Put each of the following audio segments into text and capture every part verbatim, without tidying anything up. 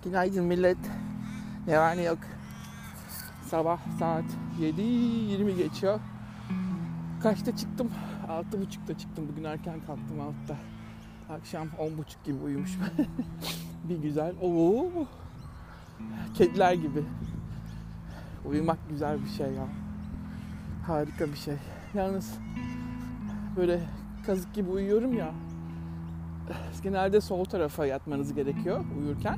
Günaydın millet. Ne var ne yok. Sabah saat yedi yirmi geçiyor. Kaçta çıktım? altı buçukta çıktım. Bugün erken kalktım altıda. Akşam on buçuk gibi uyumuşum. Bir güzel. Oo. Kediler gibi. Uyumak güzel bir şey ya. Harika bir şey. Yalnız böyle kazık gibi uyuyorum ya. Genelde sol tarafa yatmanız gerekiyor uyurken.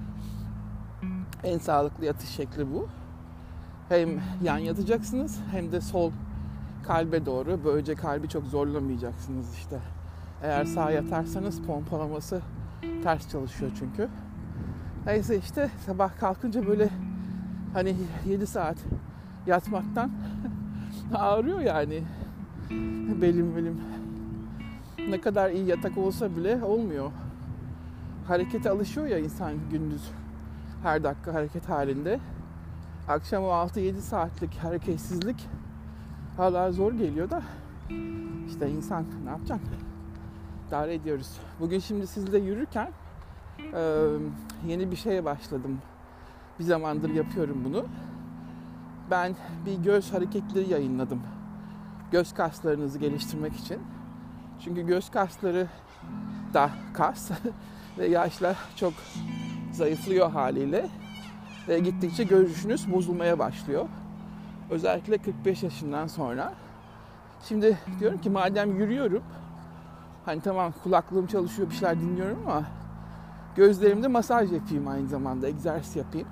En sağlıklı yatış şekli bu. Hem yan yatacaksınız hem de sol kalbe doğru. Böylece kalbi çok zorlamayacaksınız işte. Eğer sağ yatarsanız pompalaması ters çalışıyor çünkü. Neyse işte sabah kalkınca böyle hani yedi saat yatmaktan ağrıyor yani. Belim belim. Ne kadar iyi yatak olsa bile olmuyor. Harekete alışıyor ya insan gündüz. Her dakika hareket halinde. Akşam o altı yedi saatlik hareketsizlik hala zor geliyor da işte insan ne yapacak? İdare ediyoruz. Bugün şimdi sizle yürürken e, yeni bir şeye başladım. Bir zamandır yapıyorum bunu. Ben bir göz hareketleri yayınladım. Göz kaslarınızı geliştirmek için. Çünkü göz kasları da kas ve yaşla çok zayıflıyor haliyle. Ve gittikçe görüşünüz bozulmaya başlıyor. Özellikle kırk beş yaşından sonra. Şimdi diyorum ki madem yürüyorum, hani tamam kulaklığım çalışıyor, bir şeyler dinliyorum ama gözlerimde masaj yapayım aynı zamanda, egzersiz yapayım.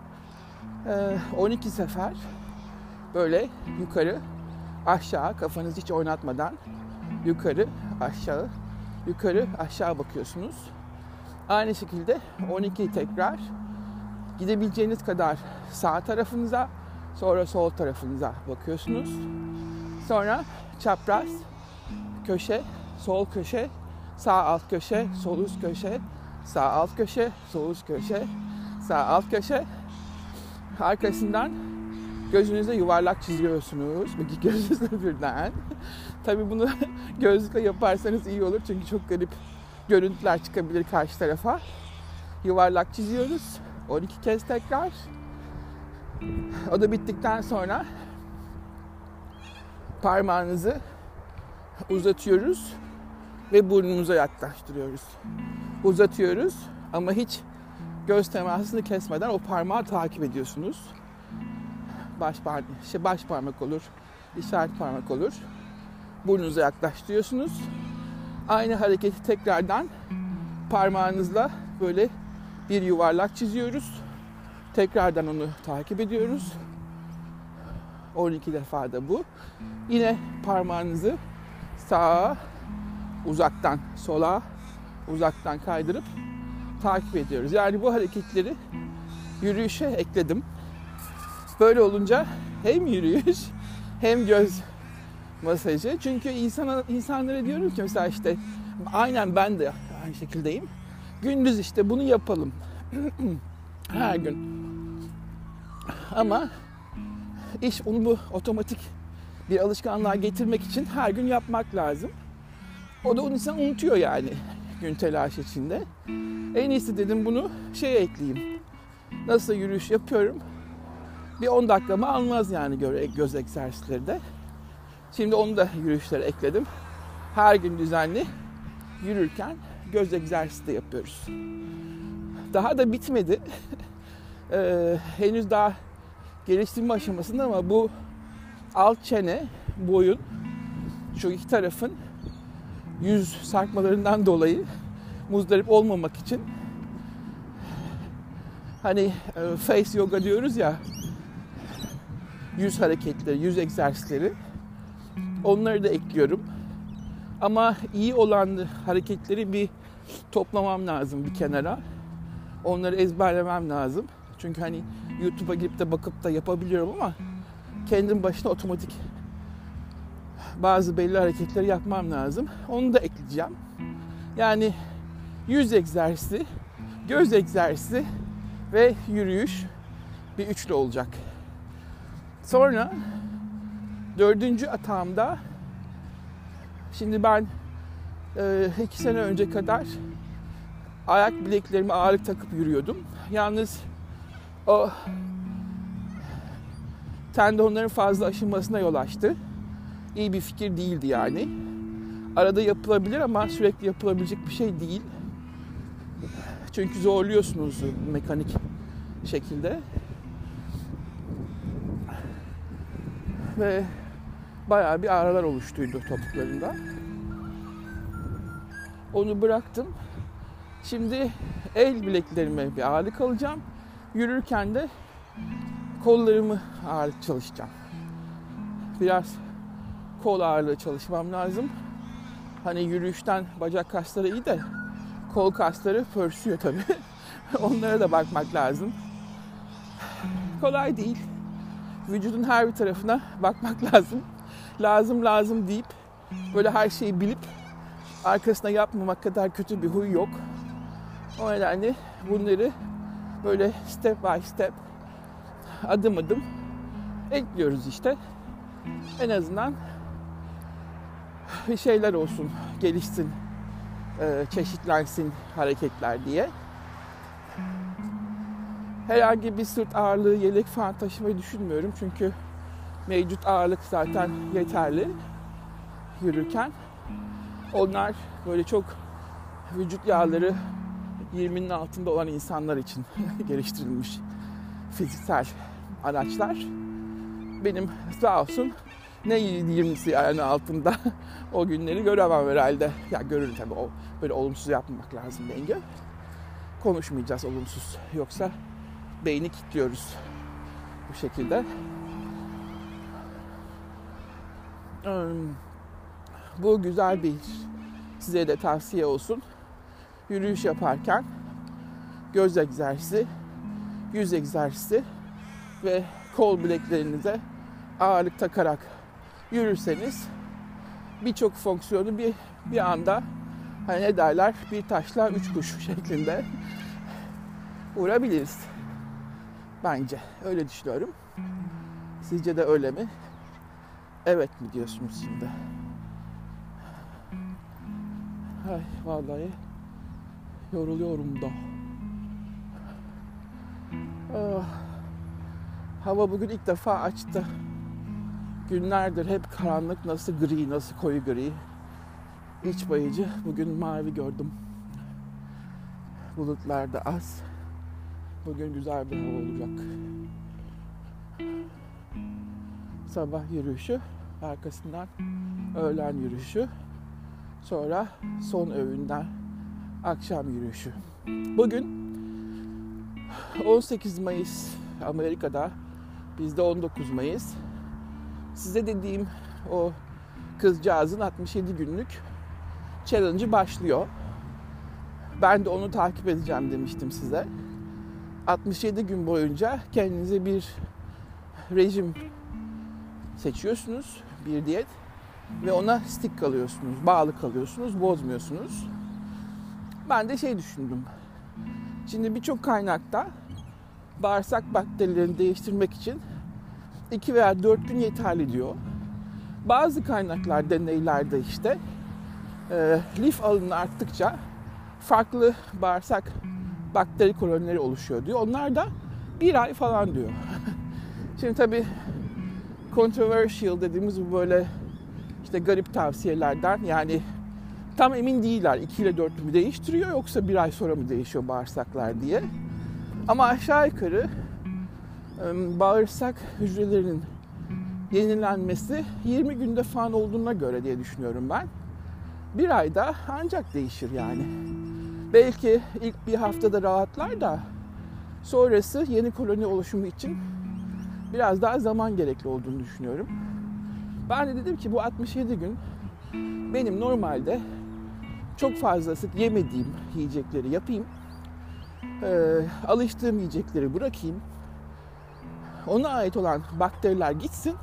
Ee, on iki sefer böyle yukarı aşağı, kafanızı hiç oynatmadan yukarı aşağı, yukarı aşağı bakıyorsunuz. Aynı şekilde on iki tekrar gidebileceğiniz kadar sağ tarafınıza, sonra sol tarafınıza bakıyorsunuz. Sonra çapraz, köşe, sol köşe, sağ alt köşe, sol üst köşe, sağ alt köşe, sol üst köşe, sağ alt köşe. Arkasından gözünüze yuvarlak çiziyorsunuz. Peki gözünüzle birden. Tabii bunu gözlükle yaparsanız iyi olur çünkü çok garip görüntüler çıkabilir karşı tarafa. Yuvarlak çiziyoruz. on iki kez tekrar. O da bittikten sonra parmağınızı uzatıyoruz ve burnumuza yaklaştırıyoruz. Uzatıyoruz ama hiç göz temasını kesmeden o parmağı takip ediyorsunuz. Baş parmak, şey baş parmak olur, işaret parmak olur. Burnunuza yaklaştırıyorsunuz. Aynı hareketi tekrardan parmağınızla böyle bir yuvarlak çiziyoruz. Tekrardan onu takip ediyoruz. on iki defa da bu. Yine parmağınızı sağa, uzaktan sola, uzaktan kaydırıp takip ediyoruz. Yani bu hareketleri yürüyüşe ekledim. Böyle olunca hem yürüyüş hem göz masajı. Çünkü insana, insanlara diyorum ki mesela işte aynen ben de aynı şekildeyim. Gündüz işte bunu yapalım. Her gün. Ama iş onu bu otomatik bir alışkanlığa getirmek için her gün yapmak lazım. O da onu insan unutuyor yani gün telaşı içinde. En iyisi dedim bunu şeye ekleyeyim. Nasıl yürüyüş yapıyorum? Bir on dakikamı almaz yani göz egzersizleri de. Şimdi onu da yürüyüşlere ekledim. Her gün düzenli yürürken göz egzersizi de yapıyoruz. Daha da bitmedi. ee, henüz daha geliştirme aşamasında ama bu alt çene, boyun, şu iki tarafın yüz sarkmalarından dolayı muzdarip olmamak için hani e, face yoga diyoruz ya, yüz hareketleri, yüz egzersizleri, onları da ekliyorum. Ama iyi olan hareketleri bir toplamam lazım bir kenara. Onları ezberlemem lazım. Çünkü hani YouTube'a girip de bakıp da yapabiliyorum ama kendim başına otomatik bazı belli hareketleri yapmam lazım. Onu da ekleyeceğim. Yani yüz egzersizi, göz egzersizi ve yürüyüş bir üçlü olacak. Sonra dördüncü atağımda şimdi ben e, iki sene önce kadar ayak bileklerime ağırlık takıp yürüyordum. Yalnız o tendonların fazla aşınmasına yol açtı. İyi bir fikir değildi yani. Arada yapılabilir ama sürekli yapılabilecek bir şey değil. Çünkü zorluyorsunuz mekanik şekilde. Ve bayağı bir ağrılar oluştuydu topuklarında. Onu bıraktım. Şimdi el bileklerime bir ağırlık alacağım. Yürürken de kollarımı ağırlık çalışacağım. Biraz kol ağırlığı çalışmam lazım. Hani yürüyüşten bacak kasları iyi de kol kasları pörsüyor tabii. Onlara da bakmak lazım. Kolay değil. Vücudun her bir tarafına bakmak lazım. Lazım lazım deyip böyle her şeyi bilip arkasına yapmamak kadar kötü bir huy yok. O nedenle bunları böyle step by step, adım adım ekliyoruz işte. En azından bir şeyler olsun, gelişsin, çeşitlensin hareketler diye. Herhangi bir sırt ağırlığı, yelek falan taşımayı düşünmüyorum. Çünkü mevcut ağırlık zaten yeterli yürürken. Onlar böyle çok vücut yağları yirminin altında olan insanlar için geliştirilmiş fiziksel araçlar. Benim sağ olsun ne yirmisi yani altında o günleri göremem herhalde. Ya görürüm tabii, o böyle olumsuz yapmamak lazım Bengü. Konuşmayacağız olumsuz, yoksa beyni kilitliyoruz bu şekilde. Bu güzel bir, size de tavsiye olsun. Yürüyüş yaparken göz egzersizi, yüz egzersizi ve kol bileklerinize ağırlık takarak yürürseniz birçok fonksiyonu bir bir anda, hani ne derler, bir taşla üç kuş şeklinde vurabiliriz. Bence öyle düşünüyorum. Sizce de öyle mi? Evet mi diyorsunuz şimdi? Ay vallahi yoruluyorum da. Ah, hava bugün ilk defa açtı. Günlerdir hep karanlık, nasıl gri, nasıl koyu gri. İç bayıcı. Bugün mavi gördüm. Bulutlar da az. Bugün güzel bir hava olacak. Sabah yürüyüşü, arkasından öğlen yürüyüşü, sonra son öğünden akşam yürüyüşü. Bugün on sekiz Mayıs Amerika'da, bizde on dokuz Mayıs. Size dediğim o kızcağızın altmış yedi günlük challenge'ı başlıyor. Ben de onu takip edeceğim demiştim size. altmış yedi gün boyunca kendinize bir rejim seçiyorsunuz, bir diyet ve ona stick kalıyorsunuz, bağlı kalıyorsunuz, bozmuyorsunuz. Ben de şey düşündüm. Şimdi birçok kaynakta bağırsak bakterilerini değiştirmek için iki veya dört gün yeterli diyor. Bazı kaynaklar, deneylerde işte e, lif alımı arttıkça farklı bağırsak bakteri kolonileri oluşuyor diyor. Onlar da bir ay falan diyor. Şimdi tabii controversial dediğimiz bu böyle işte garip tavsiyelerden, yani tam emin değiller iki ile dört mü değiştiriyor yoksa bir ay sonra mı değişiyor bağırsaklar diye. Ama aşağı yukarı bağırsak hücrelerinin yenilenmesi yirmi günde falan olduğuna göre diye düşünüyorum ben. Bir ayda ancak değişir yani. Belki ilk bir haftada rahatlar da sonrası yeni koloni oluşumu için biraz daha zaman gerekli olduğunu düşünüyorum. Ben de dedim ki bu altmış yedi gün benim normalde çok fazla sık yemediğim yiyecekleri yapayım. Ee, alıştığım yiyecekleri bırakayım. Ona ait olan bakteriler gitsin.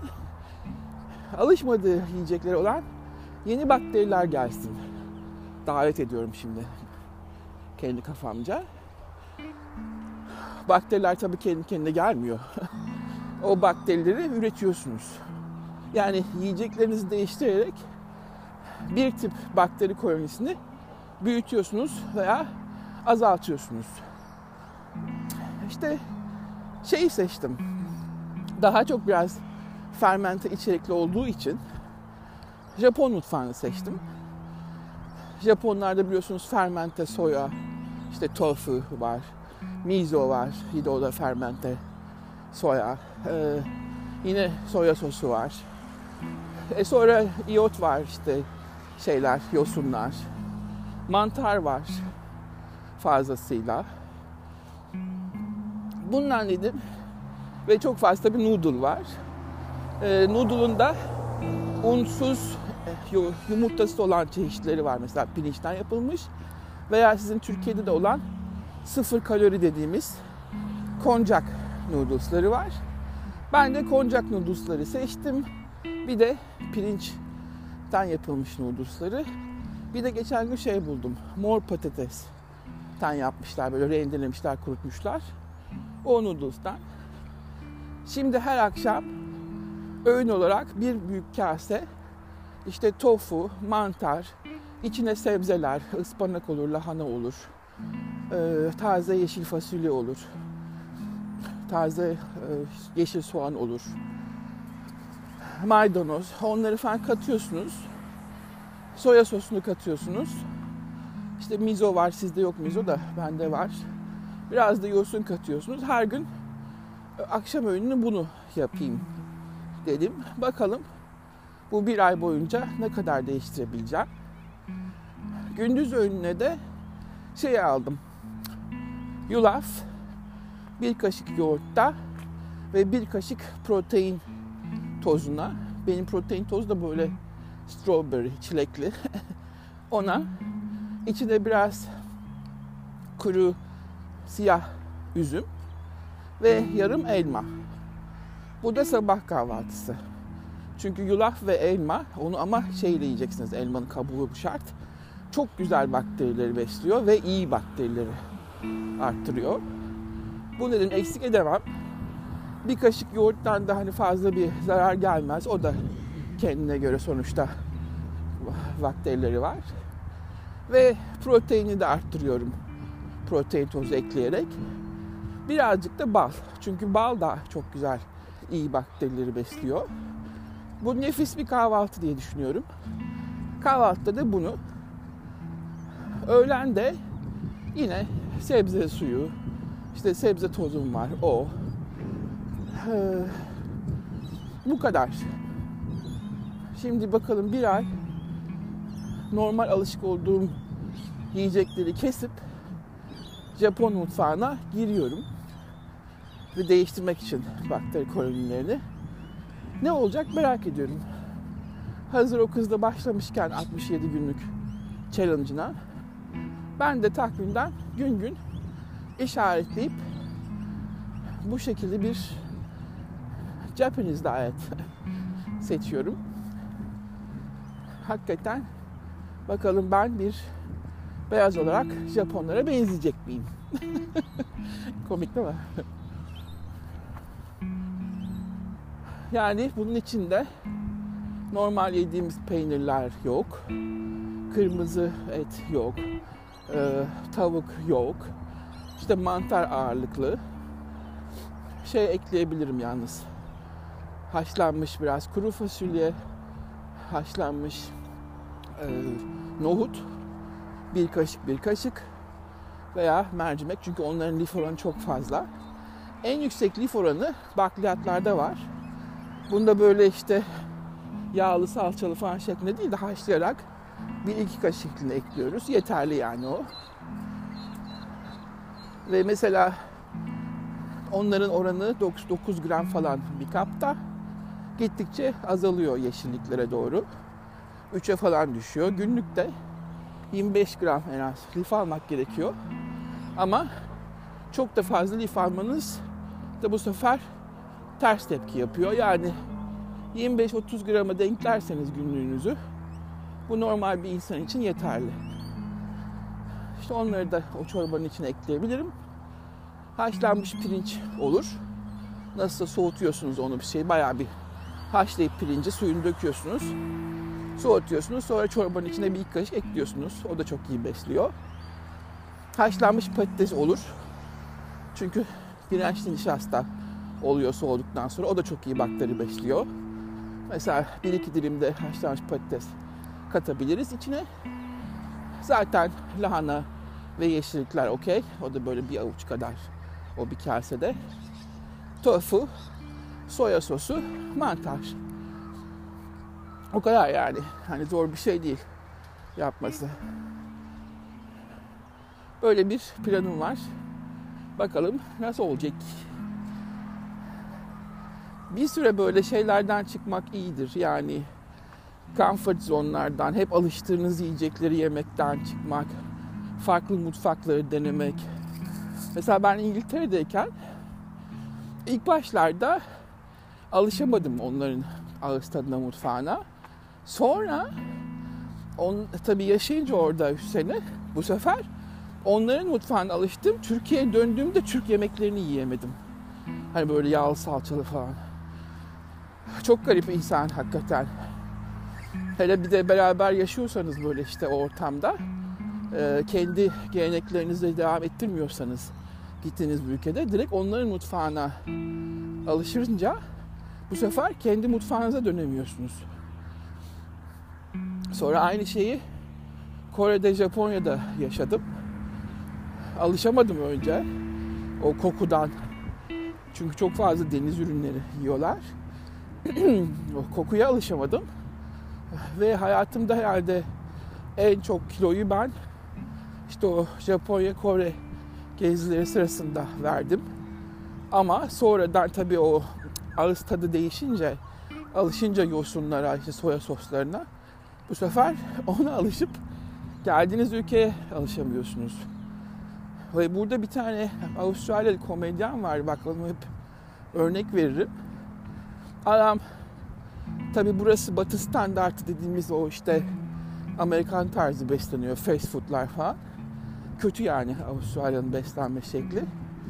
Alışmadığı yiyecekleri olan yeni bakteriler gelsin. Davet ediyorum şimdi kendi kafamca. Bakteriler tabii kendi kendine gelmiyor. O bakterileri üretiyorsunuz. Yani yiyeceklerinizi değiştirerek bir tip bakteri kolonisini büyütüyorsunuz veya azaltıyorsunuz. İşte şeyi seçtim. Daha çok biraz fermente içerikli olduğu için Japon mutfağını seçtim. Japonlarda biliyorsunuz fermente soya, işte tofu var, miso var, yine o da fermente soya. Ee, yine soya sosu var. E sonra iyot var, işte şeyler, yosunlar. Mantar var fazlasıyla. Bundan dedim ve çok fazla tabii noodle var. Ee, noodle'un da unsuz yumurtası olan çeşitleri var. Mesela pirinçten yapılmış veya sizin Türkiye'de de olan sıfır kalori dediğimiz koncak noodles'ları var. Ben de koncak noodles'ları seçtim. Bir de pirinçten yapılmış noodles'ları. Bir de geçen gün şey buldum. Mor patatesten yapmışlar. Böyle rendelemişler, kurutmuşlar. O noodles'tan. Şimdi her akşam öğün olarak bir büyük kase işte tofu, mantar, içine sebzeler, ıspanak olur, lahana olur, e, taze yeşil fasulye olur, taze e, yeşil soğan olur, maydanoz, onları falan katıyorsunuz. Soya sosunu katıyorsunuz. İşte miso var, sizde yok miso da bende var. Biraz da yosun katıyorsunuz. Her gün akşam öğününü bunu yapayım dedim. Bakalım bu bir ay boyunca ne kadar değiştirebileceğim. Gündüz öğününe de şey aldım. Yulaf, bir kaşık yoğurtta ve bir kaşık protein tozuna. Benim protein tozu da böyle strawberry, çilekli. Ona içine biraz kuru siyah üzüm ve yarım elma. Bu da sabah kahvaltısı. Çünkü yulaf ve elma, onu ama şeyle yiyeceksiniz, elmanın kabuğu şart. Çok güzel bakterileri besliyor ve iyi bakterileri arttırıyor. Bu nedenle eksik edemem. Bir kaşık yoğurttan da hani fazla bir zarar gelmez. O da kendine göre sonuçta bakterileri var. Ve proteini de arttırıyorum. Protein tozu ekleyerek. Birazcık da bal. Çünkü bal da çok güzel, iyi bakterileri besliyor. Bu nefis bir kahvaltı diye düşünüyorum. Kahvaltıda da bunu. Öğlen de yine sebze suyu, işte sebze tozum var, o. Ee, bu kadar. Şimdi bakalım bir ay normal alışık olduğum yiyecekleri kesip Japon mutfağına giriyorum. Ve değiştirmek için bakteri kolonilerini. Ne olacak merak ediyorum. Hazır o kız da başlamışken altmış yedi günlük challenge'ına ben de takvimden gün gün işaretleyip bu şekilde bir Japanese diet seçiyorum. Hakikaten bakalım ben bir beyaz olarak Japonlara benzeyecek miyim? Komik değil mi? Yani bunun içinde normal yediğimiz peynirler yok. Kırmızı et yok. Ee, tavuk yok. İşte mantar ağırlıklı. Şey ekleyebilirim yalnız. Haşlanmış biraz kuru fasulye. Haşlanmış e, nohut. Bir kaşık bir kaşık. Veya mercimek. Çünkü onların lif oranı çok fazla. En yüksek lif oranı bakliyatlarda var. Bunda böyle işte yağlı, salçalı falan şeklinde değil de haşlayarak bir iki kaşıklığını ekliyoruz. Yeterli yani o. Ve mesela onların oranı dokuz gram falan bir kapta. Gittikçe azalıyor yeşilliklere doğru. üçe falan düşüyor. Günlükte yirmi beş gram en az lif almak gerekiyor. Ama çok da fazla lif almanız da bu sefer ters tepki yapıyor. Yani yirmi beş otuz grama denklerseniz günlüğünüzü bu normal bir insan için yeterli. İşte onları da o çorbanın içine ekleyebilirim. Haşlanmış pirinç olur. Nasılsa soğutuyorsunuz onu bir şey. Bayağı bir haşlayıp pirinci suyunu döküyorsunuz. Soğutuyorsunuz. Sonra çorbanın içine bir iki kaşık ekliyorsunuz. O da çok iyi besliyor. haşlanmış patates olur. Çünkü dirençli nişasta oluyor soğuduktan sonra. O da çok iyi bakteri besliyor. Mesela bir iki dilim de haşlanmış patates katabiliriz içine. Zaten lahana ve yeşillikler okey. O da böyle bir avuç kadar o bir kasede. Tofu, soya sosu, mantar. O kadar yani. Hani zor bir şey değil yapması. Böyle bir planım var. Bakalım nasıl olacak. Bir süre böyle şeylerden çıkmak iyidir. Yani comfort zone'lardan, hep alıştığınız yiyecekleri yemekten çıkmak, farklı mutfakları denemek. Mesela ben İngiltere'deyken ilk başlarda alışamadım onların ağız tadına, mutfağına. Sonra on, tabii yaşayınca orada üç sene bu sefer onların mutfağına alıştım. Türkiye'ye döndüğümde Türk yemeklerini yiyemedim. Hani böyle yağlı salçalı falan. Çok garip insan hakikaten. Hele bir de beraber yaşıyorsanız böyle işte o ortamda, kendi geleneklerinizle devam ettirmiyorsanız gittiğiniz bir ülkede direkt onların mutfağına alışınca bu sefer kendi mutfağınıza dönemiyorsunuz. Sonra aynı şeyi Kore'de, Japonya'da yaşadım. Alışamadım önce o kokudan. Çünkü çok fazla deniz ürünleri yiyorlar. O kokuya alışamadım. Ve hayatımda herhalde en çok kiloyu ben işte o Japonya, Kore gezileri sırasında verdim. Ama sonradan tabii o ağız tadı değişince, alışınca yosunlara, işte soya soslarına, bu sefer ona alışıp geldiğiniz ülkeye alışamıyorsunuz. Ve burada bir tane Avustralyalı komedyen var, bakalım hep örnek veririm. Adam, tabii burası batı standartı dediğimiz o işte Amerikan tarzı besleniyor, fast foodlar falan. Kötü yani Avustralya'nın beslenme şekli.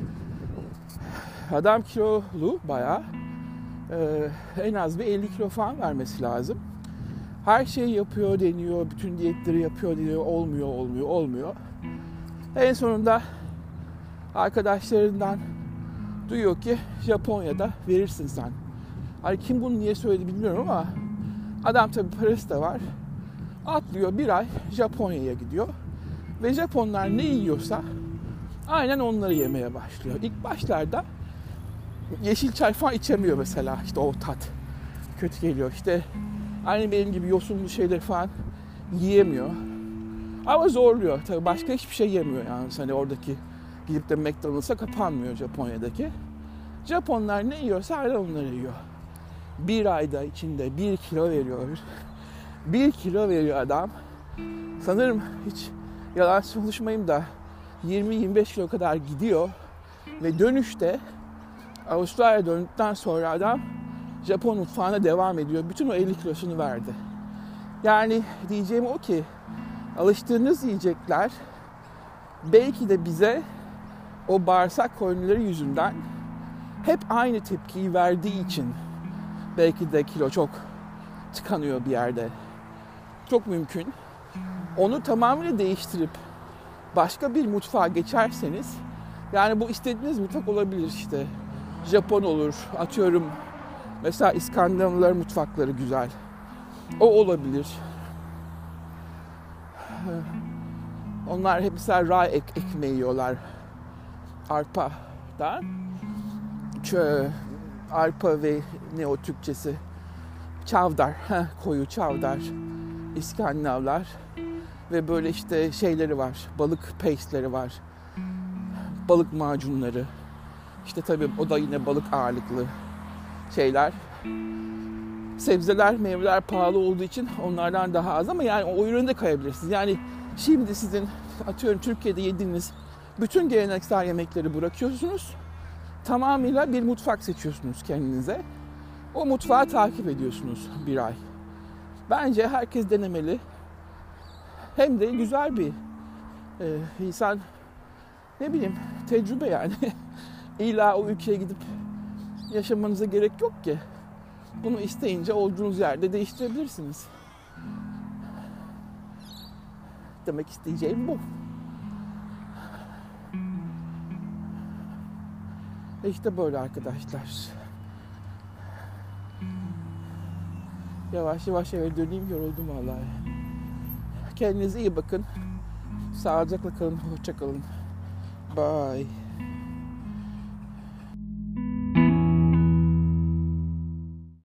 Adam kilolu bayağı. Ee, en az bir elli kilo falan vermesi lazım. Her şeyi yapıyor, deniyor, bütün diyetleri yapıyor, deniyor, olmuyor, olmuyor, olmuyor. En sonunda arkadaşlarından duyuyor ki Japonya'da verirsin sen. Hani kim bunu niye söyledi bilmiyorum ama adam tabii parası da var. Atlıyor, bir ay Japonya'ya gidiyor. Ve Japonlar ne yiyorsa aynen onları yemeye başlıyor. İlk başlarda yeşil çay falan içemiyor mesela, işte o tat kötü geliyor. İşte aynı benim gibi yosunlu şeyler falan yiyemiyor. Ama zorluyor. Tabii başka hiçbir şey yemiyor yani. Hani oradaki gidip de McDonald's'a kapanmıyor Japonya'daki. Japonlar ne yiyorsa aynen onları yiyor. Bir ayda içinde bir kilo veriyor. Bir kilo veriyor adam. Sanırım hiç yalan konuşmayayım da yirmi yirmi beş kilo kadar gidiyor. Ve dönüşte Avustralya'ya döndükten sonra adam Japon mutfağına devam ediyor. Bütün o elli kilosunu verdi. Yani diyeceğim o ki alıştığınız yiyecekler belki de bize o bağırsak kolonileri yüzünden hep aynı tepkiyi verdiği için belki de kilo çok tıkanıyor bir yerde. Çok mümkün. Onu tamamen değiştirip başka bir mutfağa geçerseniz, yani bu istediğiniz mutfak olabilir işte. Japon olur, atıyorum mesela İskandinavlar mutfakları güzel. O olabilir. Onlar hep mesela ray ek, ekmeği yiyorlar. Arpa'dan. Çö, arpa ve ne o Türkçesi? Çavdar. Heh, koyu çavdar. İskandinavlar. Ve böyle işte şeyleri var. Balık paste'leri var. Balık macunları. İşte tabii o da yine balık ağırlıklı şeyler. Sebzeler, meyveler pahalı olduğu için onlardan daha az ama yani o üründe kayabilirsiniz. Yani şimdi sizin atıyorum Türkiye'de yediğiniz bütün geleneksel yemekleri bırakıyorsunuz. Tamamıyla bir mutfak seçiyorsunuz kendinize. O mutfağı takip ediyorsunuz bir ay. Bence herkes denemeli. Hem de güzel bir e, insan, ne bileyim, tecrübe yani. İlla o ülkeye gidip yaşamanıza gerek yok ki. Bunu isteyince olduğunuz yerde değiştirebilirsiniz. Demek isteyeceğim bu. İşte böyle arkadaşlar. Yavaş yavaş eve döneyim, yoruldum vallahi. Kendinize iyi bakın. Sağlıcakla kalın, hoşça kalın. Bye.